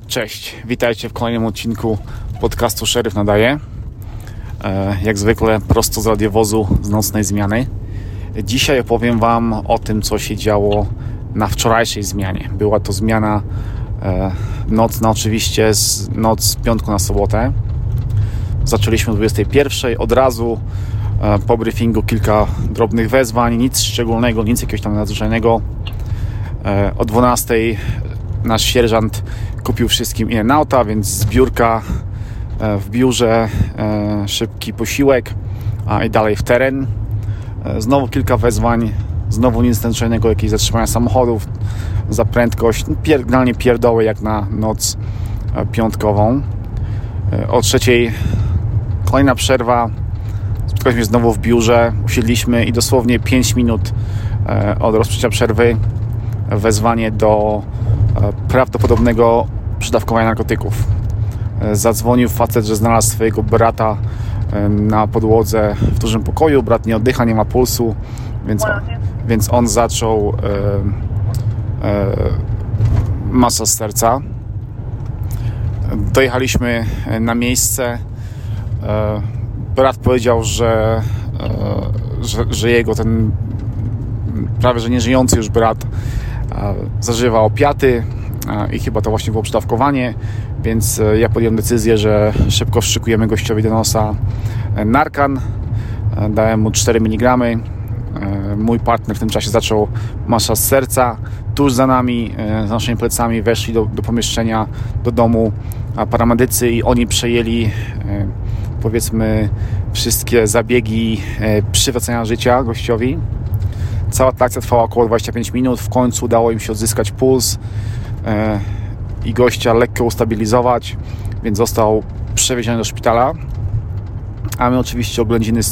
Cześć, witajcie w kolejnym odcinku podcastu Szeryf Nadaje. Jak zwykle prosto z radiowozu z nocnej zmiany. Dzisiaj opowiem Wam o tym, co się działo na wczorajszej zmianie. Była to zmiana nocna, oczywiście noc z piątku na sobotę. Zaczęliśmy o 21:00, od razu po briefingu kilka drobnych wezwań, nic szczególnego, nic jakiegoś tam nadzwyczajnego. O 12:00 nasz sierżant kupił wszystkim in-and-outa, więc zbiórka w biurze, szybki posiłek, i dalej w teren. Znowu kilka wezwań, znowu nic nadzwyczajnego, jakieś zatrzymania samochodów za prędkość, generalnie pierdoły jak na noc piątkową. O 3:00 kolejna przerwa, spotkaliśmy się znowu w biurze, usiedliśmy i dosłownie 5 minut od rozpoczęcia przerwy wezwanie do prawdopodobnego przedawkowania narkotyków. Zadzwonił facet, że znalazł swojego brata na podłodze w dużym pokoju. Brat nie oddycha, nie ma pulsu, więc on zaczął masaż serca. Dojechaliśmy na miejsce. Brat powiedział, że jego ten prawie że nieżyjący już brat zażywa opiaty i chyba to właśnie było przedawkowanie, więc ja podjąłem decyzję, że szybko wszczykujemy gościowi do nosa Narcan. Dałem mu 4 mg. Mój partner w tym czasie zaczął masaż serca. Tuż za nami, za naszymi plecami weszli do pomieszczenia, do domu paramedycy i oni przejęli, powiedzmy, wszystkie zabiegi przywracania życia gościowi. Cała ta akcja trwała około 25 minut. W końcu udało im się odzyskać puls i gościa lekko ustabilizować, więc został przewieziony do szpitala. A my oczywiście oględziny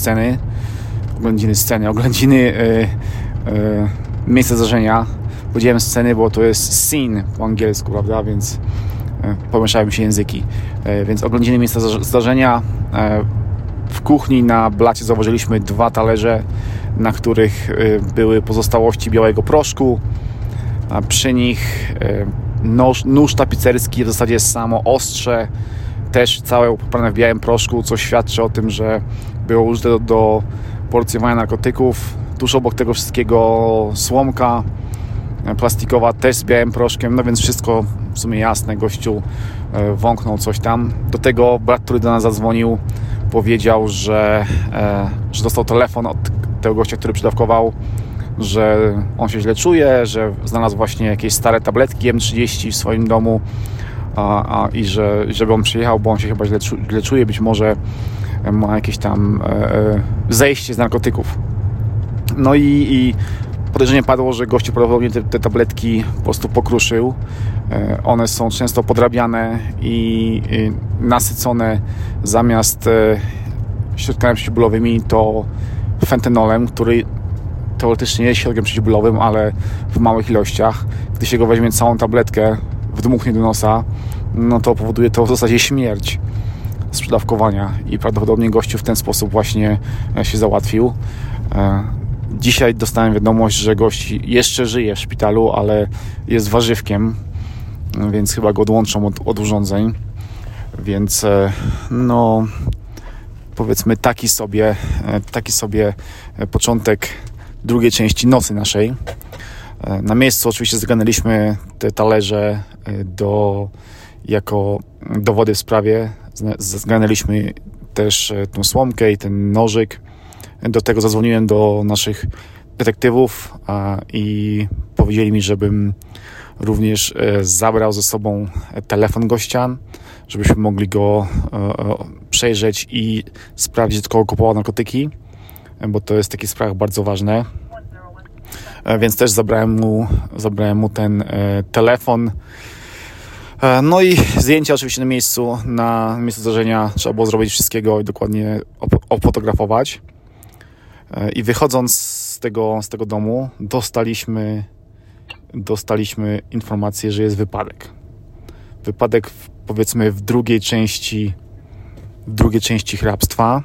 miejsca zdarzenia. Powiedziałem sceny, bo to jest scene po angielsku, prawda, więc pomieszały mi się języki. Więc oględziny miejsca zdarzenia. W kuchni na blacie zauważyliśmy 2 talerze, na których były pozostałości białego proszku, a przy nich nóż tapicerski, w zasadzie samo ostrze, też całe poprane w białym proszku, co świadczy o tym, że było użyte do porcjowania narkotyków. Tuż obok tego wszystkiego słomka plastikowa, też z białym proszkiem, no więc wszystko w sumie jasne, gościu wąknął coś tam. Do tego brat, który do nas zadzwonił, powiedział, że dostał telefon od tego gościa, który przedawkował, że on się źle czuje, że znalazł właśnie jakieś stare tabletki M30 w swoim domu i żeby on przyjechał, bo on się chyba źle czuje, być może ma jakieś tam zejście z narkotyków. No i podejrzenie padło, że gościu prawdopodobnie te tabletki po prostu pokruszył. One są często podrabiane i nasycone zamiast środkami przeciwbólowymi to fentanolem, który teoretycznie jest środkiem przeciwbólowym, ale w małych ilościach. Gdy się go weźmie całą tabletkę, wdmuchnie do nosa, no to powoduje to w zasadzie śmierć z przedawkowania i prawdopodobnie gościu w ten sposób właśnie się załatwił. Dzisiaj dostałem wiadomość, że gość jeszcze żyje w szpitalu, ale jest warzywkiem, więc chyba go odłączą od urządzeń. Więc no powiedzmy taki sobie początek drugiej części nocy naszej. Na miejscu oczywiście zganęliśmy te talerze jako dowody w sprawie. Zganęliśmy też tą słomkę i ten nożyk. Do tego zadzwoniłem do naszych detektywów i powiedzieli mi, żebym również zabrał ze sobą telefon gościa, żebyśmy mogli go przejrzeć i sprawdzić, od kogo kupował narkotyki, bo to jest w takich sprawach bardzo ważne. Więc też zabrałem mu ten telefon. No i zdjęcia oczywiście na miejscu zdarzenia. Trzeba było zrobić wszystkiego i dokładnie ofotografować. I wychodząc z tego domu dostaliśmy informację, że jest wypadek. Wypadek powiedzmy w drugiej części hrabstwa.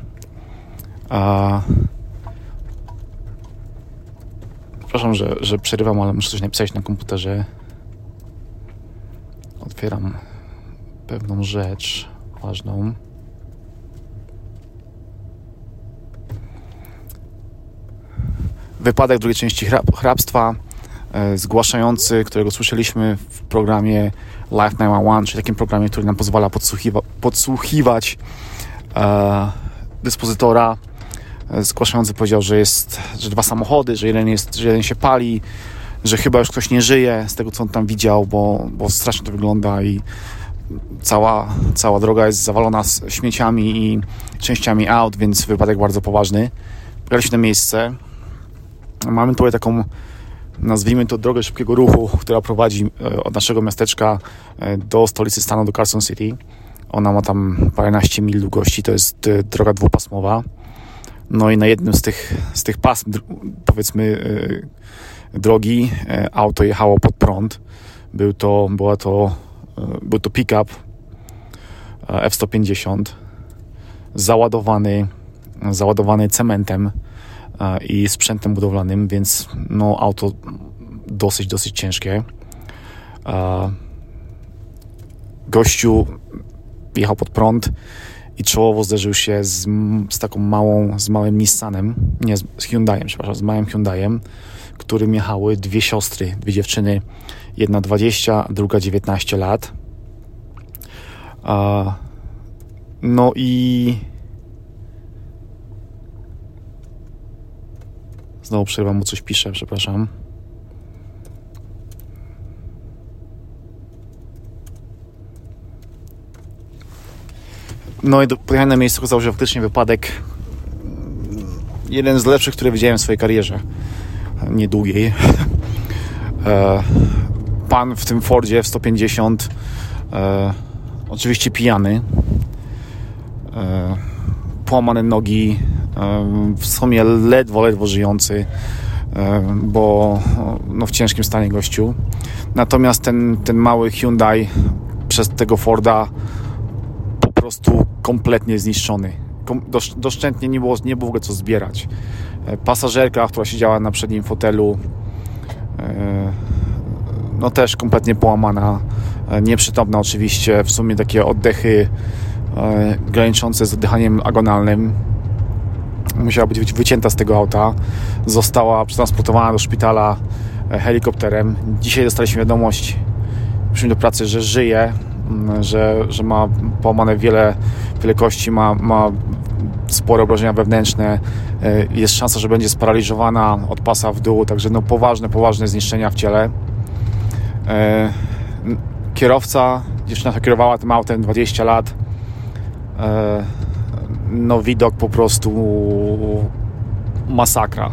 Przepraszam, że przerywam, ale muszę coś napisać na komputerze. Otwieram pewną rzecz ważną. Wypadek drugiej części hrabstwa, zgłaszający, którego słyszeliśmy w programie Live 911, czyli takim programie, który nam pozwala podsłuchiwać dyspozytora. Zgłaszający powiedział, że 2 samochody, że jeden się pali, że chyba już ktoś nie żyje z tego, co on tam widział, bo strasznie to wygląda i cała droga jest zawalona śmieciami i częściami aut, więc wypadek bardzo poważny. Pojechaliśmy na miejsce. Mamy tutaj taką, nazwijmy to, drogę szybkiego ruchu, która prowadzi od naszego miasteczka do stolicy stanu, do Carson City. Ona ma tam paręnaście mil długości, to jest droga dwupasmowa. No i na jednym z tych pasm, powiedzmy, drogi auto jechało pod prąd. Był to pick-up F-150 załadowany cementem i sprzętem budowlanym, więc no, auto dosyć ciężkie. Gościu jechał pod prąd i czołowo zderzył się z małym Nissanem, nie, z Hyundaiem, przepraszam, z małym Hyundaiem, którym jechały 2 siostry, 2 dziewczyny, jedna 20, druga 19 lat. No i znowu przerwam, mu coś piszę, przepraszam. No i pojechałem na miejsce, okazało się, że faktycznie wypadek jeden z lepszych, które widziałem w swojej karierze niedługiej. Pan w tym Fordzie F-150 oczywiście pijany, połamane nogi, w sumie ledwo żyjący, bo no, w ciężkim stanie gościu. Natomiast ten mały Hyundai przez tego Forda po prostu kompletnie zniszczony. Doszczętnie nie było w ogóle co zbierać. Pasażerka, która siedziała na przednim fotelu, no też kompletnie połamana, nieprzytomna oczywiście, w sumie takie oddechy graniczące z oddychaniem agonalnym. Musiała być wycięta z tego auta. Została przetransportowana do szpitala helikopterem. Dzisiaj dostaliśmy wiadomość, przyszliśmy do pracy, że żyje, że ma połamane wiele kości, ma spore obrażenia wewnętrzne. Jest szansa, że będzie sparaliżowana od pasa w dół, także no poważne zniszczenia w ciele. Kierowca, dziewczyna, która kierowała tym autem 20 lat, no widok po prostu masakra.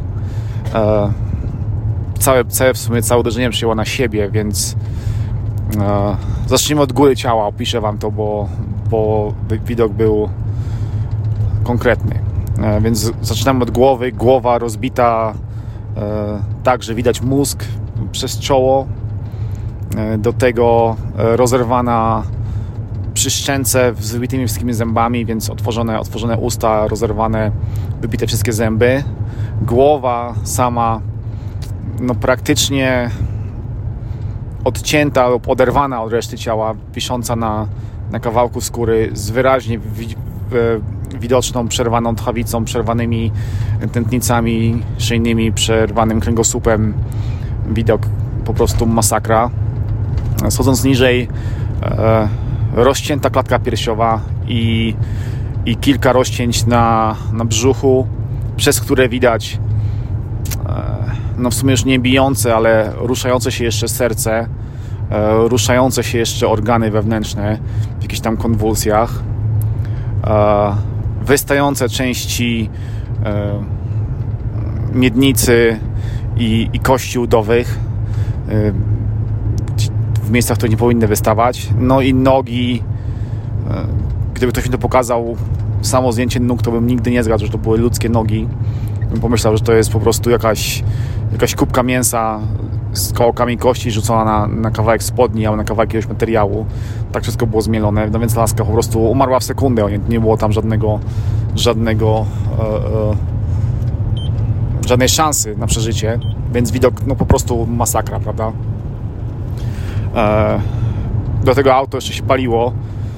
Całe uderzenie przyjęła na siebie, więc zacznijmy od góry ciała, opiszę wam to, bo widok był konkretny. Więc zaczynamy od głowy. Głowa rozbita tak, że widać mózg przez czoło. Do tego rozerwana przy szczęce z wybitymi wszystkimi zębami, więc otworzone usta, rozerwane, wybite wszystkie zęby. Głowa sama no praktycznie odcięta lub oderwana od reszty ciała, wisząca na kawałku skóry z wyraźnie widoczną, przerwaną tchawicą, przerwanymi tętnicami szyjnymi, przerwanym kręgosłupem. Widok po prostu masakra. Schodząc niżej, rozcięta klatka piersiowa i kilka rozcięć na brzuchu, przez które widać no w sumie już nie bijące, ale ruszające się jeszcze serce, ruszające się jeszcze organy wewnętrzne w jakichś tam konwulsjach, wystające części miednicy i kości udowych w miejscach, które nie powinny wystawać. No i nogi, gdyby ktoś mi to pokazał, samo zdjęcie nóg, to bym nigdy nie zgadł, że to były ludzkie nogi. Bym pomyślał, że to jest po prostu jakaś kubka mięsa z kawałkami kości rzucona na kawałek spodni albo na kawałek jakiegoś materiału. Tak wszystko było zmielone. No więc laska po prostu umarła w sekundę. Nie było tam żadnej szansy na przeżycie. Więc widok no po prostu masakra, prawda? Do tego auto jeszcze się paliło.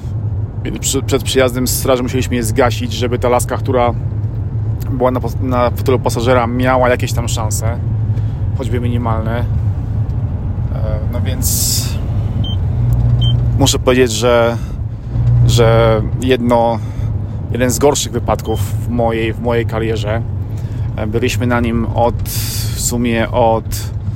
Przed przyjazdem z straży musieliśmy je zgasić, żeby ta laska, która była na fotelu pasażera, miała jakieś tam szanse, choćby minimalne. No więc muszę powiedzieć, że jeden z gorszych wypadków w mojej karierze. Byliśmy na nim w sumie od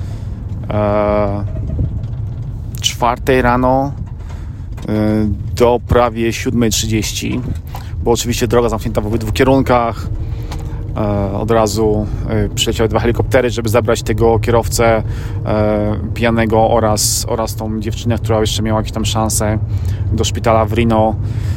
4 rano do prawie 7:30, bo oczywiście droga zamknięta w obydwu kierunkach. Od razu przyleciały 2 helikoptery, żeby zabrać tego kierowcę pijanego oraz tą dziewczynę, która jeszcze miała jakieś tam szanse, do szpitala w Reno.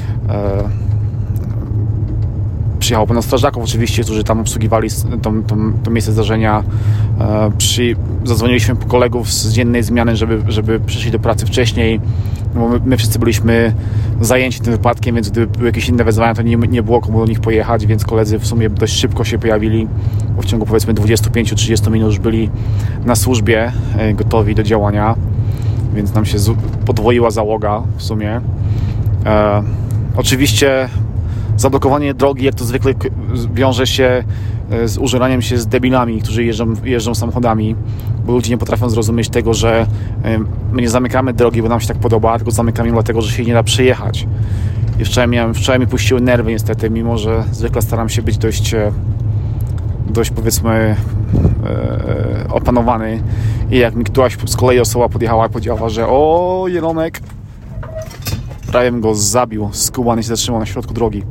Przyjechało pełno strażaków oczywiście, którzy tam obsługiwali to miejsce zdarzenia. Zadzwoniliśmy po kolegów z dziennej zmiany, żeby przyszli do pracy wcześniej, bo my wszyscy byliśmy zajęci tym wypadkiem, więc gdyby były jakieś inne wezwania, to nie było komu do nich pojechać, więc koledzy w sumie dość szybko się pojawili, bo w ciągu powiedzmy 25-30 minut już byli na służbie, gotowi do działania, więc nam się podwoiła załoga w sumie. Oczywiście zablokowanie drogi, jak to zwykle, wiąże się z użeraniem się z debilami, którzy jeżdżą samochodami, bo ludzie nie potrafią zrozumieć tego, że my nie zamykamy drogi, bo nam się tak podoba, tylko zamykamy ją dlatego, że się nie da przejechać. I wczoraj mi puściły nerwy niestety, mimo że zwykle staram się być dość powiedzmy opanowany. I jak mi któraś z kolei osoba podjechała i powiedziała, że o, Jelonek, prawie bym go zabił, skubany się zatrzymał na środku drogi.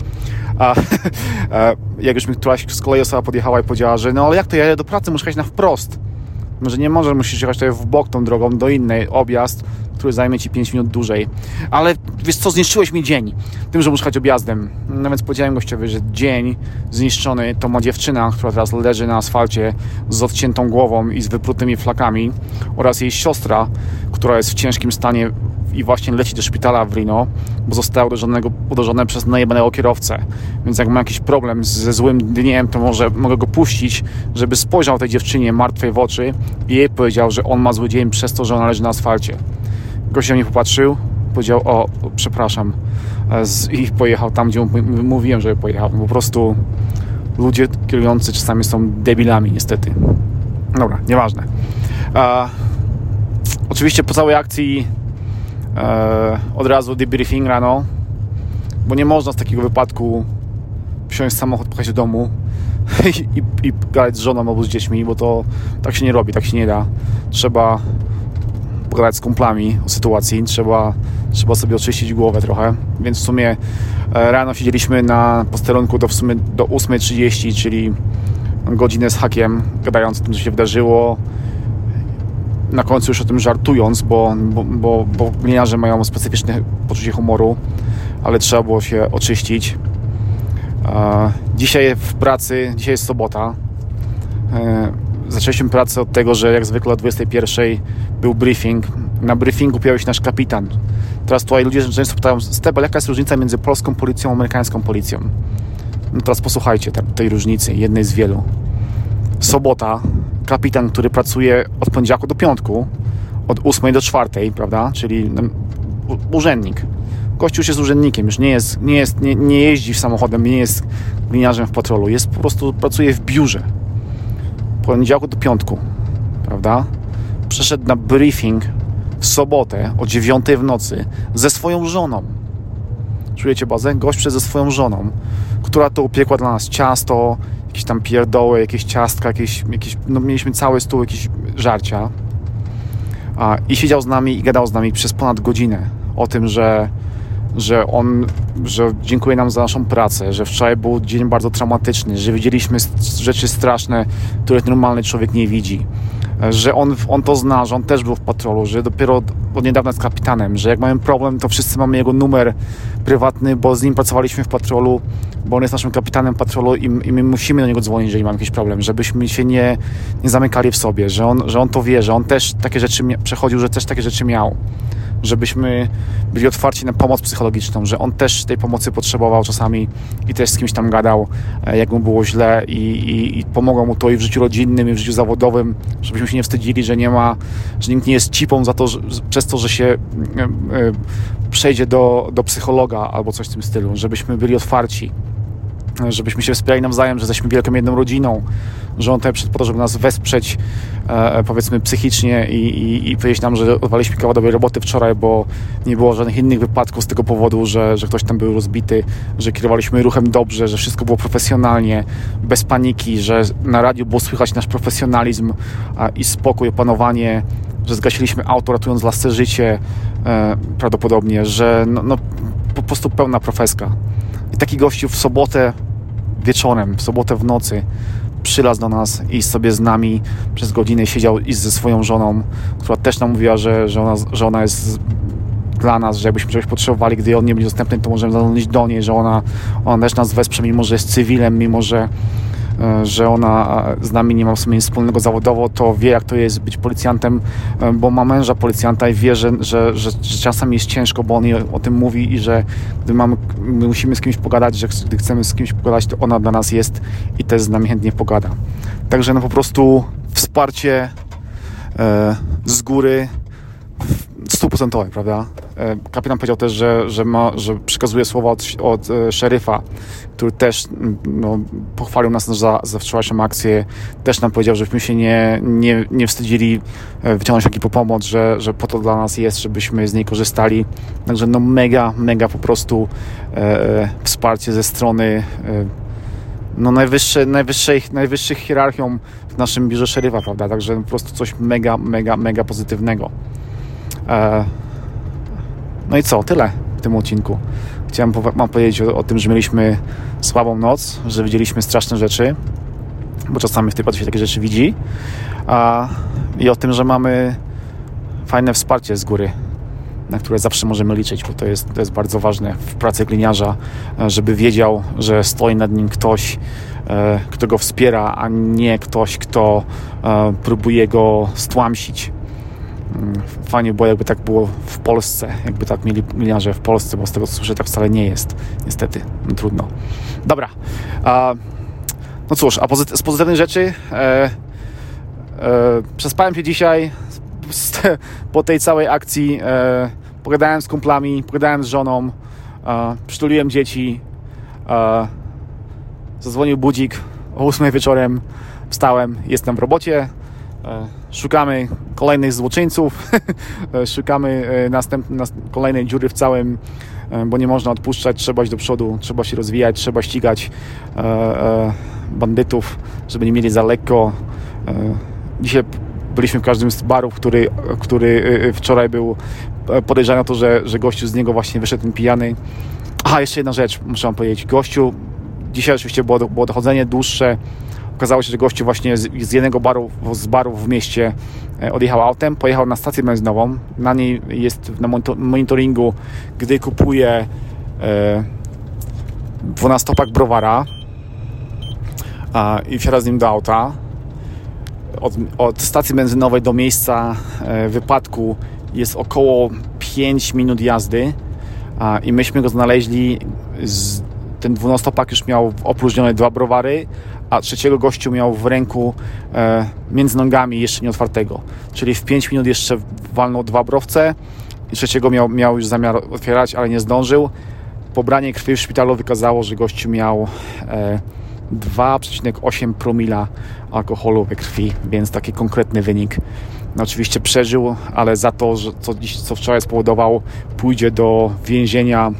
Jak już mi któraś z kolei osoba podjechała i powiedziała, że no ale jak to, ja jadę do pracy, muszę jechać na wprost. Że nie możesz, musisz jechać tutaj w bok tą drogą do innej, objazd, który zajmie Ci 5 minut dłużej. Ale wiesz co, zniszczyłeś mi dzień tym, że muszę jechać objazdem. No więc powiedziałem gościowi, że dzień zniszczony to ma dziewczyna, która teraz leży na asfalcie z odciętą głową i z wyprutymi flakami, oraz jej siostra, która jest w ciężkim stanie i właśnie leci do szpitala w Reno, bo zostało uderzone przez najebanego kierowcę. Więc jak ma jakiś problem ze złym dniem, to mogę go puścić, żeby spojrzał tej dziewczynie martwej w oczy i jej powiedział, że on ma zły dzień przez to, że ona leży na asfalcie. Gość na mnie popatrzył, powiedział, o, przepraszam, i pojechał tam, gdzie mówiłem, żeby pojechał. Po prostu ludzie kierujący czasami są debilami, niestety. Dobra, nieważne. Oczywiście po całej akcji od razu debriefing rano, bo nie można z takiego wypadku wsiąść w samochód, pojechać do domu i gadać z żoną albo z dziećmi, bo to tak się nie robi, tak się nie da. Trzeba pogadać z kumplami o sytuacji, trzeba sobie oczyścić głowę trochę, więc w sumie rano siedzieliśmy na posterunku do 8:30, czyli godzinę z hakiem, gadając o tym, co się wydarzyło, na końcu już o tym żartując, bo gliniarze mają specyficzne poczucie humoru, ale trzeba było się oczyścić. Dzisiaj w pracy, dzisiaj jest sobota. Zaczęliśmy pracę od tego, że jak zwykle o 21:00 był briefing. Na briefingu pojawił się nasz kapitan. Teraz tutaj ludzie często pytają, Stebel, jaka jest różnica między polską policją a amerykańską policją? No teraz posłuchajcie tej różnicy, jednej z wielu. Sobota, kapitan, który pracuje od poniedziałku do piątku, od 8:00 do 4:00, prawda? Czyli urzędnik. Gościu już jest urzędnikiem, już nie jeździ samochodem, nie jest gliniarzem w patrolu, po prostu pracuje w biurze. Poniedziałku do piątku, prawda? Przeszedł na briefing w sobotę o 9:00 w nocy ze swoją żoną. Czujecie bazę? Gość przed ze swoją żoną, która to upiekła dla nas ciasto, jakieś tam pierdoły, jakieś ciastka, no mieliśmy cały stół, jakieś żarcia. I siedział z nami i gadał z nami przez ponad godzinę o tym, że dziękuję nam za naszą pracę, że wczoraj był dzień bardzo traumatyczny, że widzieliśmy rzeczy straszne, których normalny człowiek nie widzi, że on to zna, że on też był w patrolu, że dopiero od niedawna jest kapitanem, że jak mamy problem, to wszyscy mamy jego numer prywatny, bo z nim pracowaliśmy w patrolu, bo on jest naszym kapitanem patrolu i my musimy do niego dzwonić, jeżeli mamy jakiś problem, żebyśmy się nie zamykali w sobie, że on to wie, że on też takie rzeczy przechodził, że też takie rzeczy miał, żebyśmy byli otwarci na pomoc psychologiczną, że on też tej pomocy potrzebował czasami i też z kimś tam gadał, jak mu było źle i pomogło mu to i w życiu rodzinnym, i w życiu zawodowym, żebyśmy się nie wstydzili, że nikt nie jest cipą za to, przez to, że się przejdzie do psychologa albo coś w tym stylu, żebyśmy byli otwarci, żebyśmy się wspierali nawzajem, że jesteśmy wielką jedną rodziną, że on tutaj przyszedł po to, żeby nas wesprzeć powiedzmy psychicznie i powiedzieć nam, że odwaliliśmy kawał dobrej roboty wczoraj, bo nie było żadnych innych wypadków z tego powodu, że ktoś tam był rozbity, że kierowaliśmy ruchem dobrze, że wszystko było profesjonalnie, bez paniki, że na radiu było słychać nasz profesjonalizm i spokój, opanowanie, że zgasiliśmy auto, ratując własne życie prawdopodobnie, że po prostu pełna profeska. I taki gościu w sobotę wieczorem, w sobotę w nocy przylazł do nas i sobie z nami przez godzinę siedział i ze swoją żoną, która też nam mówiła, że ona jest dla nas, że jakbyśmy czegoś potrzebowali, gdy on nie będzie dostępny, to możemy zadzwonić do niej, że ona też nas wesprze, mimo że jest cywilem, mimo że ona z nami nie ma w sumie nic wspólnego zawodowo, to wie, jak to jest być policjantem, bo ma męża policjanta i wie, że czasami jest ciężko, bo on jej o tym mówi i że gdy my musimy z kimś pogadać, że gdy chcemy z kimś pogadać, to ona dla nas jest i też z nami chętnie pogada. Także po prostu wsparcie z góry 100%, prawda? Kapitan powiedział też, że przekazuje słowa od szeryfa, który też pochwalił nas za wczorajszą akcję. Też nam powiedział, żebyśmy się nie wstydzili wyciągnąć ręki po pomoc, że po to dla nas jest, żebyśmy z niej korzystali. Także mega po prostu wsparcie ze strony najwyższych hierarchią w naszym biurze szeryfa, prawda? Także po prostu coś mega pozytywnego. No i co? Tyle w tym odcinku. Chciałem wam powiedzieć o tym, że mieliśmy słabą noc, że widzieliśmy straszne rzeczy, bo czasami w tej pracy się takie rzeczy widzi, i o tym, że mamy fajne wsparcie z góry, na które zawsze możemy liczyć, bo to jest bardzo ważne w pracy gliniarza, żeby wiedział, że stoi nad nim ktoś, kto go wspiera, a nie ktoś, kto próbuje go stłamsić. Fajnie było, jakby tak było w Polsce, jakby tak mieli gliniarze w Polsce, bo z tego co słyszę, tak wcale nie jest, niestety, trudno. Dobra, no cóż, a z pozytywnych rzeczy przespałem się dzisiaj po tej całej akcji, pogadałem z kumplami, pogadałem z żoną, przytuliłem dzieci, zadzwonił budzik o 8 wieczorem, wstałem, jestem w robocie. Szukamy kolejnych złoczyńców, szukamy kolejnej dziury w całym, bo nie można odpuszczać, trzeba iść do przodu, trzeba się rozwijać, trzeba ścigać bandytów, żeby nie mieli za lekko. Dzisiaj byliśmy w każdym z barów, który wczoraj był podejrzany o to, że gościu z niego właśnie wyszedł ten pijany. Jeszcze jedna rzecz muszę wam powiedzieć. Gościu, dzisiaj oczywiście było dochodzenie dłuższe. Okazało się, że gościu właśnie z jednego z barów w mieście odjechał autem, pojechał na stację benzynową. Na niej jest na monitoringu, gdy kupuje 12-pak browara i wsiada z nim do auta. Od stacji benzynowej do miejsca wypadku jest około 5 minut jazdy i myśmy go znaleźli. Ten 12-pak już miał opróżnione 2 browary, a trzeciego gościu miał w ręku między nogami jeszcze nieotwartego. Czyli w 5 minut jeszcze walnął 2 browce i trzeciego miał już zamiar otwierać, ale nie zdążył. Pobranie krwi w szpitalu wykazało, że gościu miał 2,8 promila alkoholu we krwi, więc taki konkretny wynik. No, oczywiście przeżył, ale za to, co wczoraj spowodował, pójdzie do więzienia.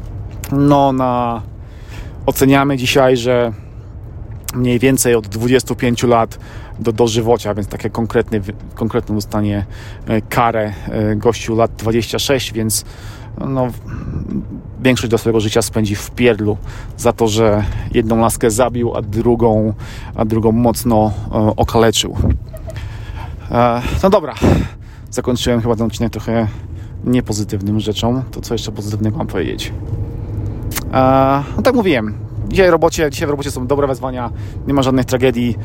Oceniamy dzisiaj, że mniej więcej od 25 lat do dożywocia, więc takie konkretną dostanie karę. Gościu lat 26, więc większość do swojego życia spędzi w pierdlu za to, że jedną laskę zabił, a drugą mocno okaleczył. No dobra, zakończyłem chyba ten odcinek trochę niepozytywnym rzeczą. To co jeszcze pozytywnego mam powiedzieć? No tak mówiłem, dzisiaj w robocie są dobre wezwania, nie ma żadnych tragedii,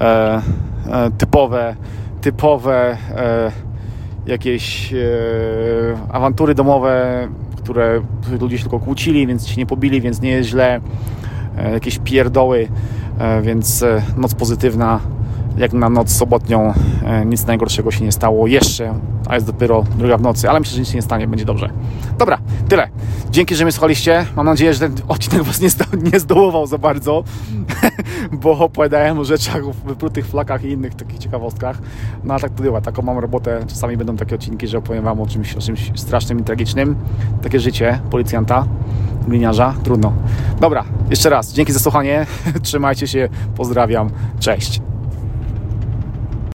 typowe jakieś awantury domowe, które ludzie się tylko kłócili, więc się nie pobili, więc nie jest źle, jakieś pierdoły, więc noc pozytywna. jak na noc sobotnią nic najgorszego się nie stało jeszcze, a jest dopiero 2 w nocy, ale myślę, że nic się nie stanie, będzie dobrze. Dobra, tyle. Dzięki, że mnie słuchaliście. Mam nadzieję, że ten odcinek was nie zdołował za bardzo, bo opowiadałem o rzeczach, o wyprutych flakach i innych takich ciekawostkach. No ale tak to bywa, taką mam robotę. Czasami będą takie odcinki, że opowiem wam o czymś strasznym i tragicznym. Takie życie policjanta, gliniarza, trudno. Dobra, jeszcze raz, dzięki za słuchanie. Trzymajcie się, pozdrawiam, cześć.